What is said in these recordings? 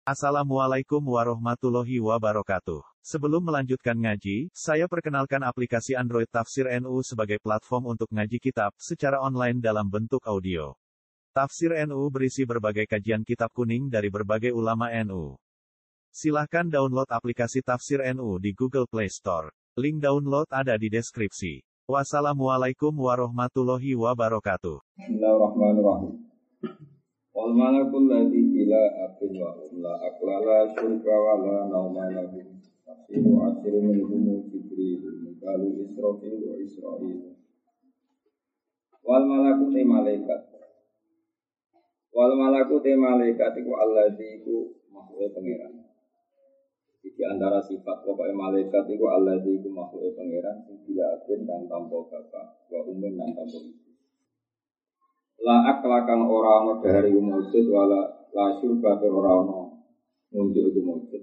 Assalamualaikum warahmatullahi wabarakatuh. Sebelum melanjutkan ngaji, saya perkenalkan aplikasi Android Tafsir NU sebagai platform untuk ngaji kitab secara online dalam bentuk audio. Tafsir NU berisi berbagai kajian kitab kuning dari berbagai ulama NU. Silahkan download aplikasi Tafsir NU di Google Play Store. Link download ada di deskripsi. Wassalamualaikum warahmatullahi wabarakatuh. Bismillahirrahmanirrahim. Wal malakul ladzi ila akhir wa la aqlala syurba wa la nauma lahu tafsiru asir minhum jibril qalu israfil wa israil wal malaku te malaikat iku alladzi iku makhluk pangeran. Di antara sifat pokoknya malaikat iku alladzi iku makhluk pangeran sing diatur dan tanpa bapak wa umum dan tanpa ibu. La aklakang ora ana dari wujud wala la syurba ora ana wujud wujud.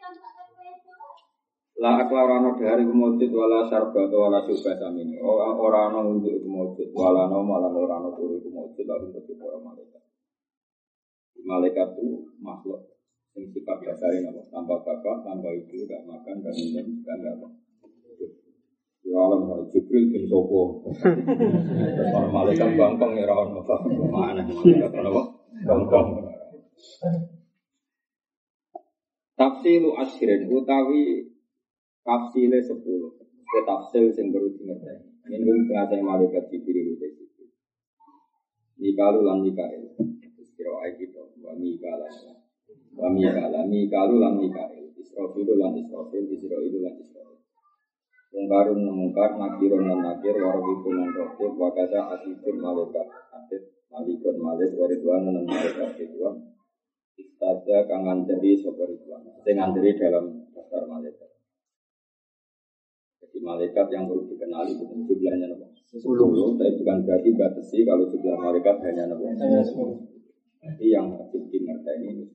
La aklakang dari wujud wala syarba wala syurba samene. Ora ana wujud wujud wala ana malan ora ana turu wujud lalu dadi para malaikat. Malaikat itu makhluk yang sifat dasarnya apa? Tanpa bapak, tanpa ibu, tidak makan dan minum dan tidak apa. Ya alam kalau Jibril bin Sopo, kalau malaikat bangkong ya rawan apa? Mana malaikat apa? Bangkong. Tafsilu ashirin utawi tafsile 10. Tafsil yang baru dimengerti. Ini pengajian malaikat Jibril itu. Mikalu lan Mikael. Kira-kira gitu. Wa Mikalu lan Mikael. Israfil lan Israfil, Israil lan Israil. Mungkarun mungkar, nakirun dan nakir, warabikun dan rokib, wakasa asifun malaikat, asid, malikun malik, waridwan dan malaikat ridwan, istada kang nganteri sopa ridwan, yang nganteri dalam daftar malaikat. Jadi malaikat yang perlu dikenali bukan jumlahnya apa? 10, tapi bukan berarti batasi kalau jumlah malaikat hanya apa? 10. Jadi yang wajib dimengerti ini.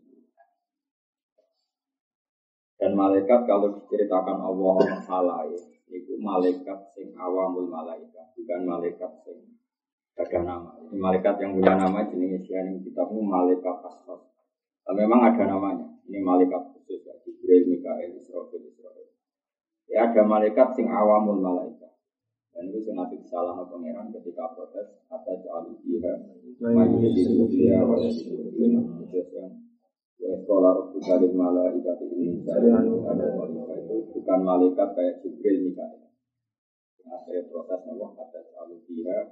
Dan malaikat kalau diceritakan Allah salah ya. Itu malaikat sing awamul malaikat, bukan malaikat sing ada nama. Ini malaikat yang punya nama jenis yang kitabmu malaikat asfal. Memang ada namanya. Ini malaikat khusus, Jibril, Mikael, Israfil, Israil. Ya ada malaikat sing awamul malaikat. Dan itu sengaja disalahkan pangeran ketika protes atas alihiyah, majlis dia, wajib dia, wa sekolah bukan malaikat ini ada itu bukan malaikat kayak Jibril Mikael. Akhirnya proses Allah atas alihiyah,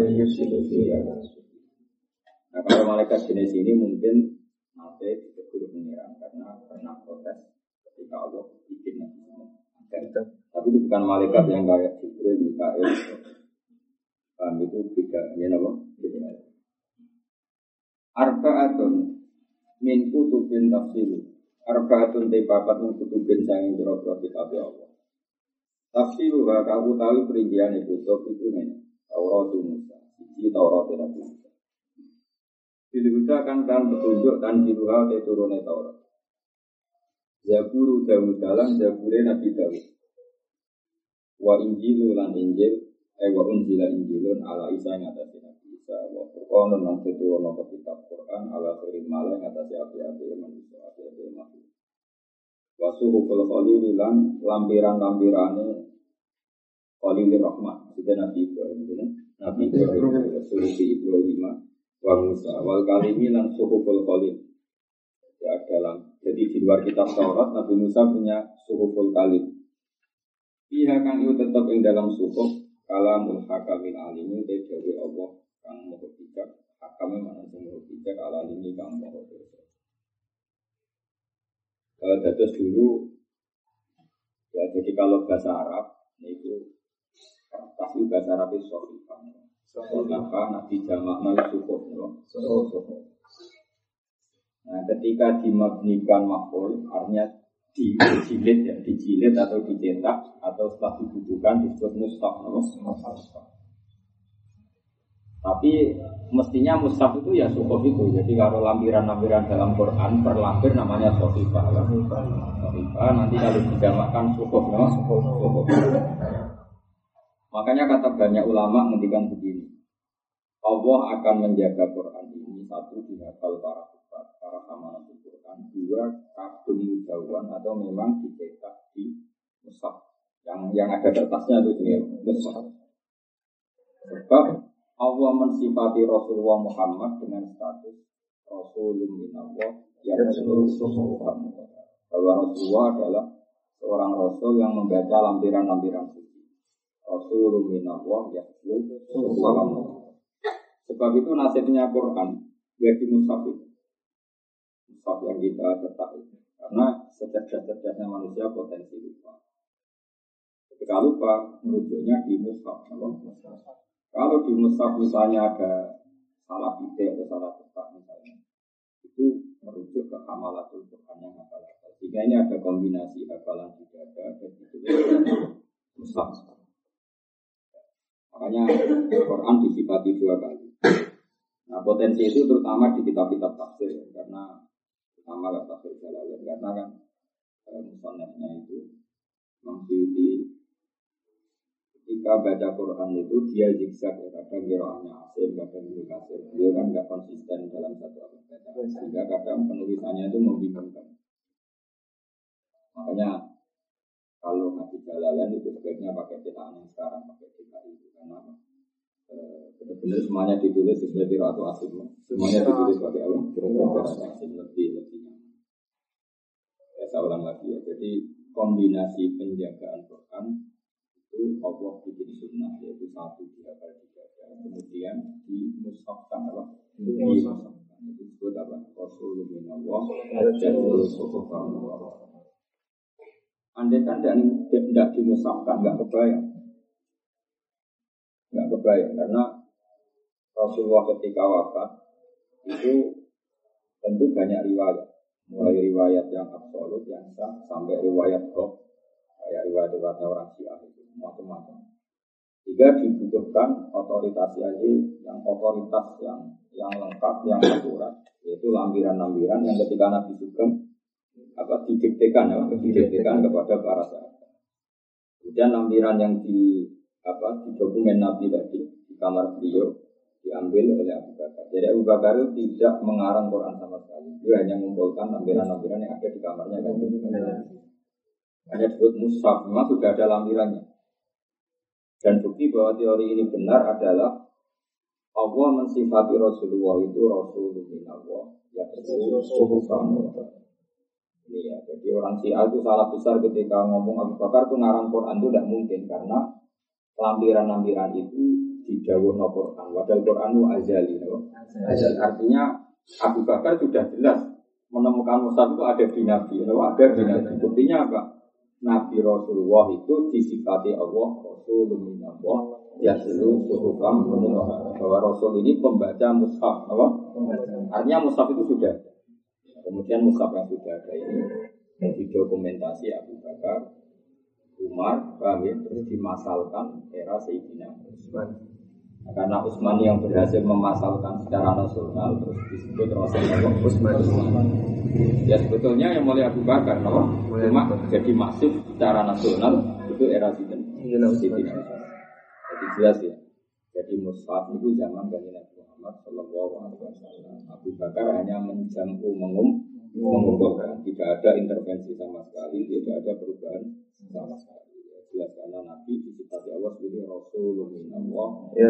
nah kalau malaikat jenis ini mungkin nanti ditegur pangeran karena pernah protes ketika Allah bikin nabi. Tapi itu bukan malaikat yang kayak Jibril, Mikael. Itu bedanya apa? Arba'atun min kutubin tafsiru. Arba'atun tepapat min kutubin sanging biro-biro kitab Allah. Tafsiru kamu tahu perincian kutub itu men. Taurat Musa. Siji Taurat Nabi Musa. Diluca kan petunjuk dan diluha te turune Taurat. Zaburu Dawud dalam Zabure Nabi Dawud. Wa Injilu lan Injil, wa unzila Injilun ala Isa yang atas Nabi Isa. Wa Qur'anun lan turun ke kitab Qur'an ala khairin malah yang atas api-api manusia, api-api makhluk. Wa suhuful khalil lan lampiran-lampirane Khalilur Rahman, itu Nabi Ibrahim, Nabi Ibrahim, suhufi Ibrahim wa Musa, wal kalimi lan suhuful khalil. Ya dalam, jadi di luar kitab Taurat Nabi Musa punya suhuful kalim. Ia kang itu tetap yang dalam suhuf kalamul hakamin alimi te jawi Allah kang maha bijak, hakame mana sing maha bijak alimi kang maha bijak. Terus dulu ya jadi kalau bahasa Arab itu pasti bahasa Arab itu sohifah. Sohifah Nabi jamak suhuf. Nah, ketika dimabnikan maf'ul, artinya dijilid atau dicetak atau setelah dibutuhkan disebut mushaf. Tapi mestinya mushaf itu ya suhuf itu. Jadi kalau lampiran-lampiran dalam Quran per lampir namanya sohifah. Sohifah nanti kalau dijamakkan suhuf. Makanya kata banyak ulama menghentikan begini. Allah akan menjaga Quran ini satu dihafal para hafal, para hamalat Quran. Quran, dua kadung mudawwan atau memang dicetak di mushaf. Yang ada kertasnya itu jenis mushaf. Sebab Allah mensifati Rasulullah Muhammad dengan status Rasulun minallah yang Rasulullah, bahwa Rasulullah adalah seorang Rasul yang membaca lampiran-lampiran suci. Rasulun minallah yang Rasulullah. Sebab itu nasibnya Quran ya di mushaf itu. Mushaf yang kita cetak itu. Karena secerdas-cerdasnya manusia potensi lupa. Ketika lupa, merujuknya di mushaf. Kalau di mushaf misalnya ada salah titik atau salah cetak misalnya, itu merujuk ke hamalatul Quran yang hafal-hafal. Sehingga ini ada kombinasi hafalan juga ada ditulis mushaf. Makanya Quran disifati dua kali. Nah potensi itu terutama di kitab-kitab tafsir, karena terutama tafsir Jalalain, karena kan musannafnya itu Masyuti ketika baca Quran itu dia zigzag, kadang qiraatnya Asim, kadang Ibnu Katsir. Dia kan nggak konsisten dalam satu bacaan, sehingga kadang penulisannya itu membingungkan. Makanya kalau ngaji Jalalain itu sebaiknya pakai cetakan yang sekarang, pakai cetak itu, karena benar-benar semuanya ditulis sesuai qiraat Asim. Semuanya ditulis pakai Allah. Qiraat Asim lebih nyaman. Ya saya ulang lagi ya. Jadi kombinasi penjagaan Quran itu Allah bikin sunnah, yaitu satu dihafal dibaca, kemudian dimushafkan apa? Dimushafkan itu disebut apa? Rasulullah dan Rasulullah. Andai kan tidak dimushafkan, nggak kebayang, karena Rasulullah ketika wafat itu tentu banyak riwayat, mulai riwayat yang absolut, yang sah, sampai riwayat kok, kayak riwayat-riwayatnya orang Syiah itu macam-macam. Jika dibutuhkan otoritas yang lengkap, yang akurat, yaitu lampiran-lampiran yang ketika Nabi Sugeng didiktekan kepada para sahabat. Kemudian lampiran yang di dokumen Nabi tadi di kamar beliau diambil oleh Abu Bakar. Jadi Abu Bakar itu tidak mengarang Quran sama sekali. Dia hanya mengumpulkan lampiran-lampiran yang ada di kamarnya kan. Hanya disebut mushaf, memang sudah ada lampirannya. Dan bukti bahwa teori ini benar adalah Allah mensifati Rasulullah itu Rasulullah minallah ya Rasulullah. Ini ya, jadi orang Syiah itu salah besar ketika ngomong Abu Bakar itu ngarang Quran itu tidak mungkin, karena lampiran-lampiran itu didhawuhna Quran. Padahal Quran itu azali, azali. Artinya Abu Bakar sudah jelas menemukan mushaf itu ada di Nabi, ada di Nabi. Buktinya apa? Nabi Rasulullah itu disifati Allah Rasulullah minallah ya suhufam, bahwa Rasul ini pembaca mushaf, artinya mushaf itu sudah. Kemudian mushaf yang sudah ada ini didokumentasi Abu Bakar, Umar, terus dimasalkan era Sayyidina Utsman. Karena Utsman yang berhasil memasalkan secara nasional, terus disebut Rasulullah Utsman. Ya sebetulnya yang mulai Abu Bakar, cuma jadi masif secara nasional itu era Sayyidina Utsman. Jadi jelas ya. Jadi mushaf itu zaman Nabi Muhammad Sallallahu Alaihi Wasallam. Abu Bakar hanya mengumpulkan, tidak ada intervensi sama sekali, tidak ada perubahan sama sekali. Jelas karena Nabi disifati Allah sebagai Rasulullah minallah ya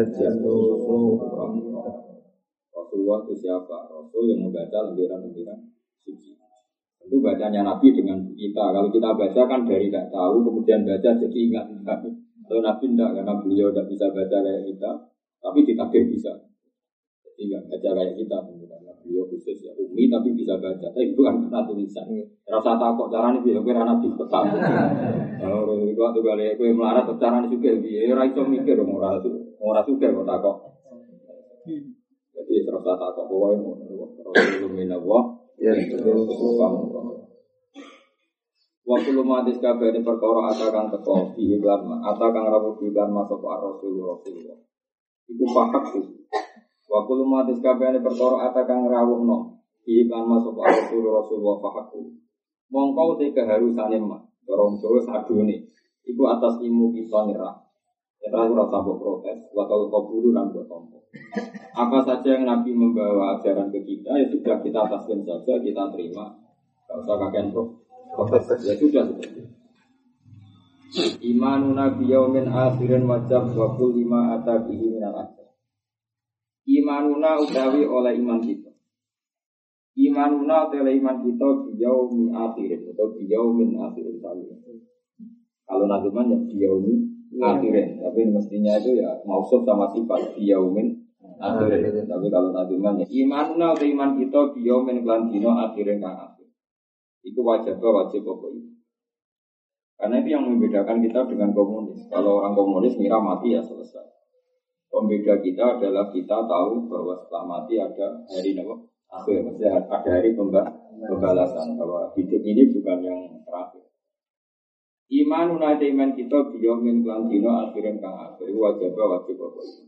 Rasulullah itu siapa? Rasul yang membaca lembaran-lembaran suci. Tentu bacanya Nabi dengan kita. Kalau kita baca kan dari tidak tahu, kemudian baca jadi ingat. Kalau Nabi tidak, karena beliau tidak bisa baca kayak kita, tapi ditakdir bisa. Jadi tidak baca kayak kita, karena beliau khusus ya umi, tapi bisa baca. Tapi bukan karena tulisan. Rasa takut caranya biar kira Nabi tetap. Kalau waktu kali aku melarat caranya juga, biar raiso mikir orang juga kok takut. Jadi rasa takut pokoknya Rasulullah minallah ya Rasulullah. Waktu lumatis kabeh ini perkara atakan teko diiklan atakan rawuh diiklan masuk Rasulullah. Iku pakak sih. Waktu lumatis kabeh ini perkara atakan rawuhno diiklan masuk Rasulullah pakakku. Mongko te keharusane mah dorong terus adune. Iku atas ilmu kita nyerah. Nyerah ora sabuk protes, waktu kaburu lan buat tompo. Apa saja yang Nabi membawa ajaran ke kita ya sudah kita taslim saja, kita terima. Enggak usah kakek protes. Ya sudah seperti itu. Imanuna biyaumin akhirin wajab wa kulli ma atabihi minal ajab. Imanuna utawi oleh iman kita. Imanuna oleh iman kita biyaumin akhirin atau biyaumin akhirin tadi. Kalau nazuman ya biyaumin akhirin, tapi mestinya itu ya mausuf sama sifat biyaumin akhirin. Tapi kalau nazuman ya imanuna oleh iman kita biyaumin lan dino akhirin kang akhir. Itu wajib pokok itu. Karena itu yang membedakan kita dengan komunis. Kalau orang komunis ngira mati ya selesai. Pembeda kita adalah kita tahu bahwa setelah mati ada hari akhir. Maksudnya ada hari pembalasan. Bahwa hidup ini bukan yang terakhir. Iman unai iman kita biyomin kelanjino akhirin kang akhir. Wajib pokoknya.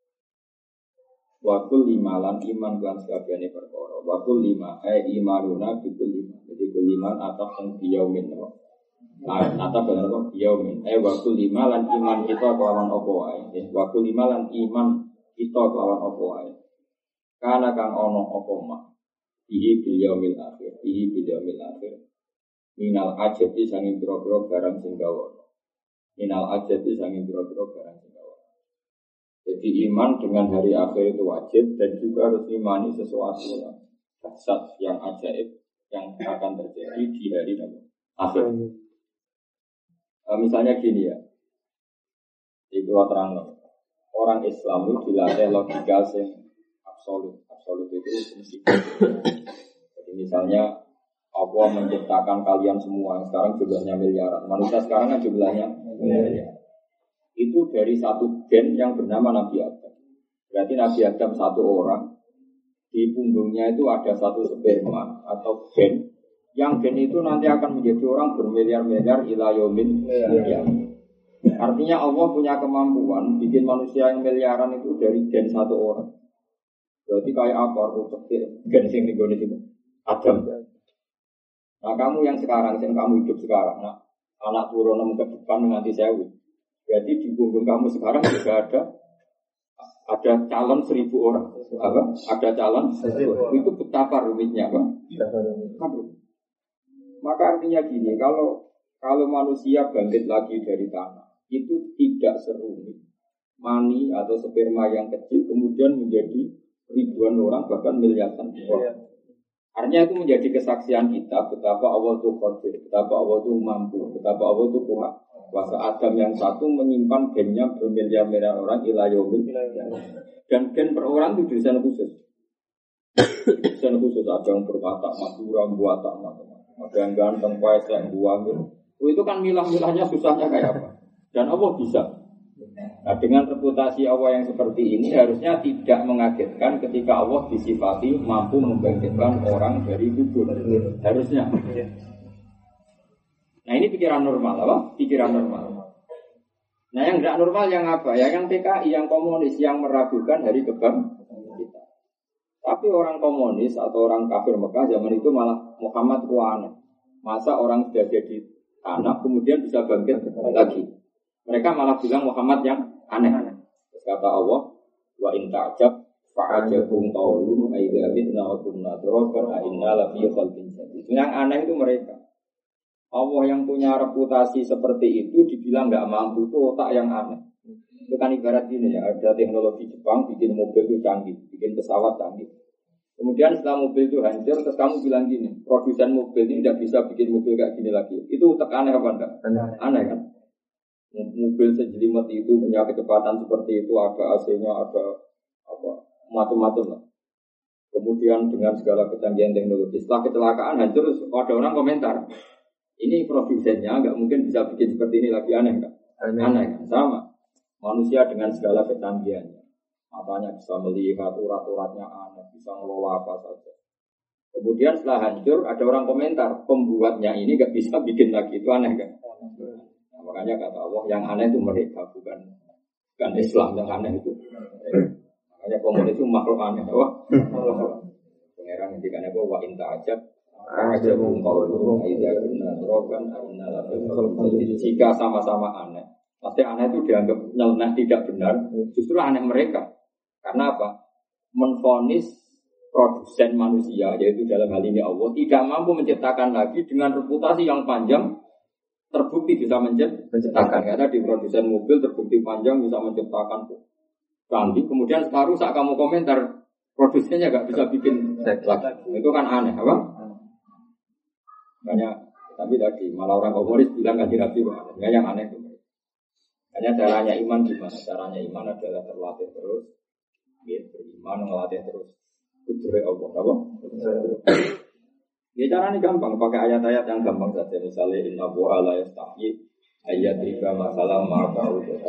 Wakul lima lan iman kelan sekabiane perkara. Wakul lima imanuna bikul lima. Jadi kul lima atas yang biyomin atau benar kok yaumin waktu lima lan iman kita kelawan apa wae waktu lima lan iman kita kelawan apa wae kana kang ono apa mak bihi bil yaumil akhir minal ajabi sanging pira-pira barang sing gawono jadi iman dengan hari akhir itu wajib dan juga harus imani sesuatu yang dahsyat yang ajaib yang akan terjadi di hari akhir. Misalnya gini ya, di Pulau Terang, orang Islam itu dilatih logika yang absolut itu mesti. Jadi misalnya Allah menciptakan kalian semua, sekarang jumlahnya miliaran, manusia sekarang kan jumlahnya miliaran. Itu dari satu gen yang bernama Nabi Adam. Berarti Nabi Adam satu orang, di punggungnya itu ada satu sperma atau gen. Yang gen itu nanti akan menjadi orang bermiliar-miliar ila yaumin qiyamah. Artinya Allah punya kemampuan bikin manusia yang miliaran itu dari gen satu orang. Berarti kayak apa? Gen sing digone itu Adam. Nah kamu yang sekarang, yang kamu hidup sekarang, nah anak turun ke depan nanti sewu. Berarti di punggung kamu sekarang juga ada calon 1.000 orang. Apa? Ada calon 1.000. Itu betapa rumitnya, Pak. Maka artinya gini, kalau manusia bangkit lagi dari tanah, itu tidak serumit mani atau sperma yang kecil kemudian menjadi ribuan orang bahkan miliaran orang. Artinya itu menjadi kesaksian kita betapa Allah itu qadir, betapa Allah itu mampu, betapa Allah itu kuat. Kuasa Adam yang satu menyimpan gennya bermiliar-miliar orang ila yaumil qiyamah. Dan gen per orang itu desain khusus. Desain khusus ada yang berwatak Madura, buatak macam-macam. Ada yang ganteng, paes, yang buang itu kan milah-milahnya susahnya kayak apa. Dan Allah bisa. Nah dengan reputasi Allah yang seperti ini harusnya tidak mengagetkan ketika Allah disifati mampu membangkitkan orang dari kubur. Harusnya. Nah ini pikiran normal, apa? Pikiran normal. Nah yang tidak normal yang apa? Ya yang PKI, yang komunis, yang meragukan hari kebangkitan. Tapi orang komunis atau orang kafir Mekah zaman itu malah Muhammad aneh. Masa orang sudah jadi anak kemudian bisa bangkit lagi. Mereka malah bilang Muhammad yang aneh. Kata Allah, wa in ta'jab fa'ajabum qawlum aidza mitna wa kunna turaban a inna la fi khalqin jadid. Yang aneh itu mereka. Allah yang punya reputasi seperti itu dibilang enggak mampu, itu otak yang aneh. Itu kan ibarat gini ya, ada teknologi Jepang bikin mobil itu canggih, bikin pesawat canggih. Kemudian setelah mobil itu hancur, terus kamu bilang gini, produsen mobil ini tidak bisa bikin mobil kayak gini lagi. Itu aneh apa enggak? Aneh kan? Mobil sejelimet itu punya kecepatan seperti itu, ada AC-nya, ada apa macam-macam lah. Kemudian dengan segala kecanggihan teknologi, setelah kecelakaan hancur, ada orang komentar, ini produsennya nggak mungkin bisa bikin seperti ini lagi, aneh kan? Aneh kan? Sama. Manusia dengan segala kecanggihannya, matanya bisa melihat, urat-uratnya aneh, bisa ngelola apa saja. Kemudian setelah hancur, ada orang komentar, pembuatnya ini nggak bisa bikin lagi, itu aneh kan? Nah, makanya kata Allah, yang aneh itu mereka, bukan Islam yang aneh itu. Makanya komunis itu makhluk aneh, wah. Pengeran ngendikan apa? Wa in ta'ajab ajabun qawluhum aidza kunna turaban inna la fi khalqin. Jika sama-sama aneh, pasti aneh itu dianggap nyeleneh tidak benar, justru aneh mereka. Karena apa? Menvonis produsen manusia, yaitu dalam hal ini Allah, tidak mampu menciptakan lagi dengan reputasi yang panjang, terbukti bisa menciptakan. Karena di produsen mobil terbukti panjang bisa menciptakan canggih. Kemudian sekarang saat kamu komentar, produsennya nggak bisa bikin lagi. Itu kan aneh, apa? Banyak. Tapi tadi malah orang komunis bilang kan Nabi, ya yang aneh itu. Hanya caranya iman gimana? Caranya iman adalah terlatih terus, ya, beriman ngelatih terus. Kudure Allah, apa? Ya caranya gampang, pakai ayat-ayat yang gampang saja. Misalnya Inna Allaha la yastahi ayat riba masalah maka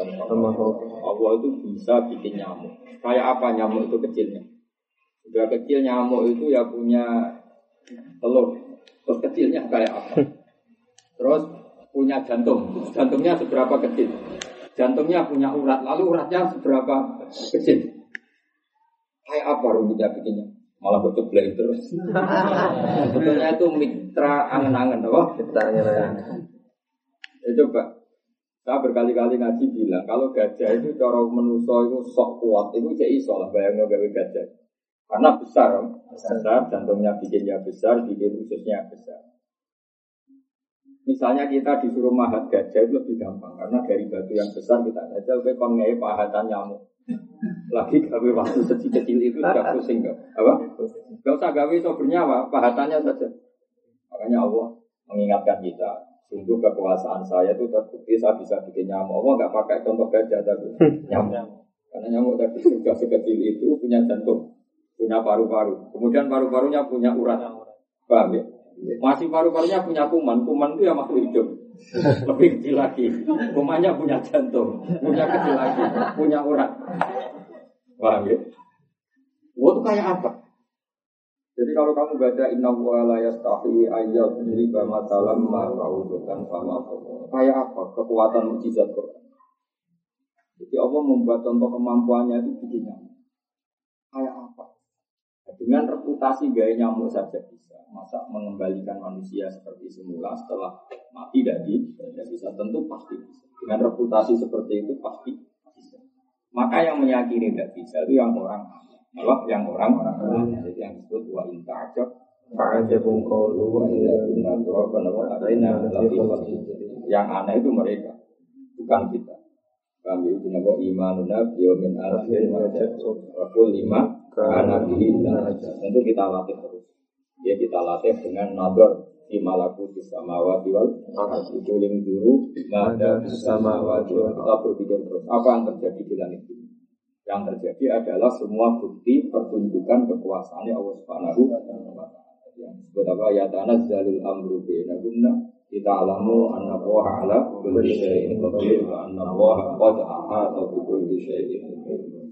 Allah itu bisa bikin nyamuk. Kayak apa nyamuk itu kecilnya? Sudah kecil nyamuk itu ya punya telur. Terus kecilnya kayak apa? Terus punya jantung. Jantungnya seberapa kecil? Jantungnya punya urat. Lalu uratnya seberapa kecil? Kayak apa rumitnya bikinnya? Malah berceblek terus. Sebetulnya itu mitra angen-angen, apa? Mitra angen-angen. Ya coba. Saya berkali-kali ngaji bilang, kalau gajah itu cara menuso itu sok kuat, itu cek iso lah bayangnya gawe gajah. Karena besar, jantungnya bikinnya besar, bikin ususnya besar. Misalnya kita disuruh mahat gajah itu lebih gampang, karena dari batu yang besar kita aja udah kongai pahatan nyamuk. Lagi gawe waktu kecil itu sudah pusing gak? Apa? Gak usah gawe so bernyawa, pahatannya saja. Makanya Allah mengingatkan kita, sungguh kekuasaan saya itu terbukti saya bisa bikin nyamuk. Allah nggak pakai contoh gajah tapi nyamuk. Karena nyamuk tadi sudah sekecil itu punya jantung, punya paru-paru, kemudian paru-parunya punya urat. Paham ya? Masih paru-parunya punya kuman, kuman itu ya makhluk hidup. Lebih kecil lagi, kumannya punya jantung, punya kecil lagi, punya urat. Paham ya? Itu kayak apa? Jadi kalau kamu baca Inna Allaha la yastahi ayat riba matalam ma'raudukan sama kayak apa kekuatan mukjizat Quran. Jadi Allah membuat contoh kemampuannya itu begini. Kayak apa? Dengan reputasi gaya nyamuk saja bisa. Masa mengembalikan manusia seperti semula setelah mati tidak bisa, tentu pasti bisa. Dengan reputasi seperti itu pasti bisa. Maka yang meyakini tidak bisa itu yang orang Allah yang orang jadi yang disebut wa intajab fa'ajabun qawlu yang aneh itu mereka bukan kita. Kami dinamakan imanuna biyaumin akhir wakul lima karena tentu kita latih terus. Ya kita latih dengan nador di malaku di samawati wal itu lim dulu ada samawati wal kita berpikir terus apa yang terjadi di langit ini. Yang terjadi adalah semua bukti pertunjukan kekuasaannya Allah Subhanahu wa taala. Yang disebut apa ya tanazzalul amru bainahunna kita alamu anna Allaha ala kulli syai'in qadir wa anna Allaha qad ahata bi kulli syai'in.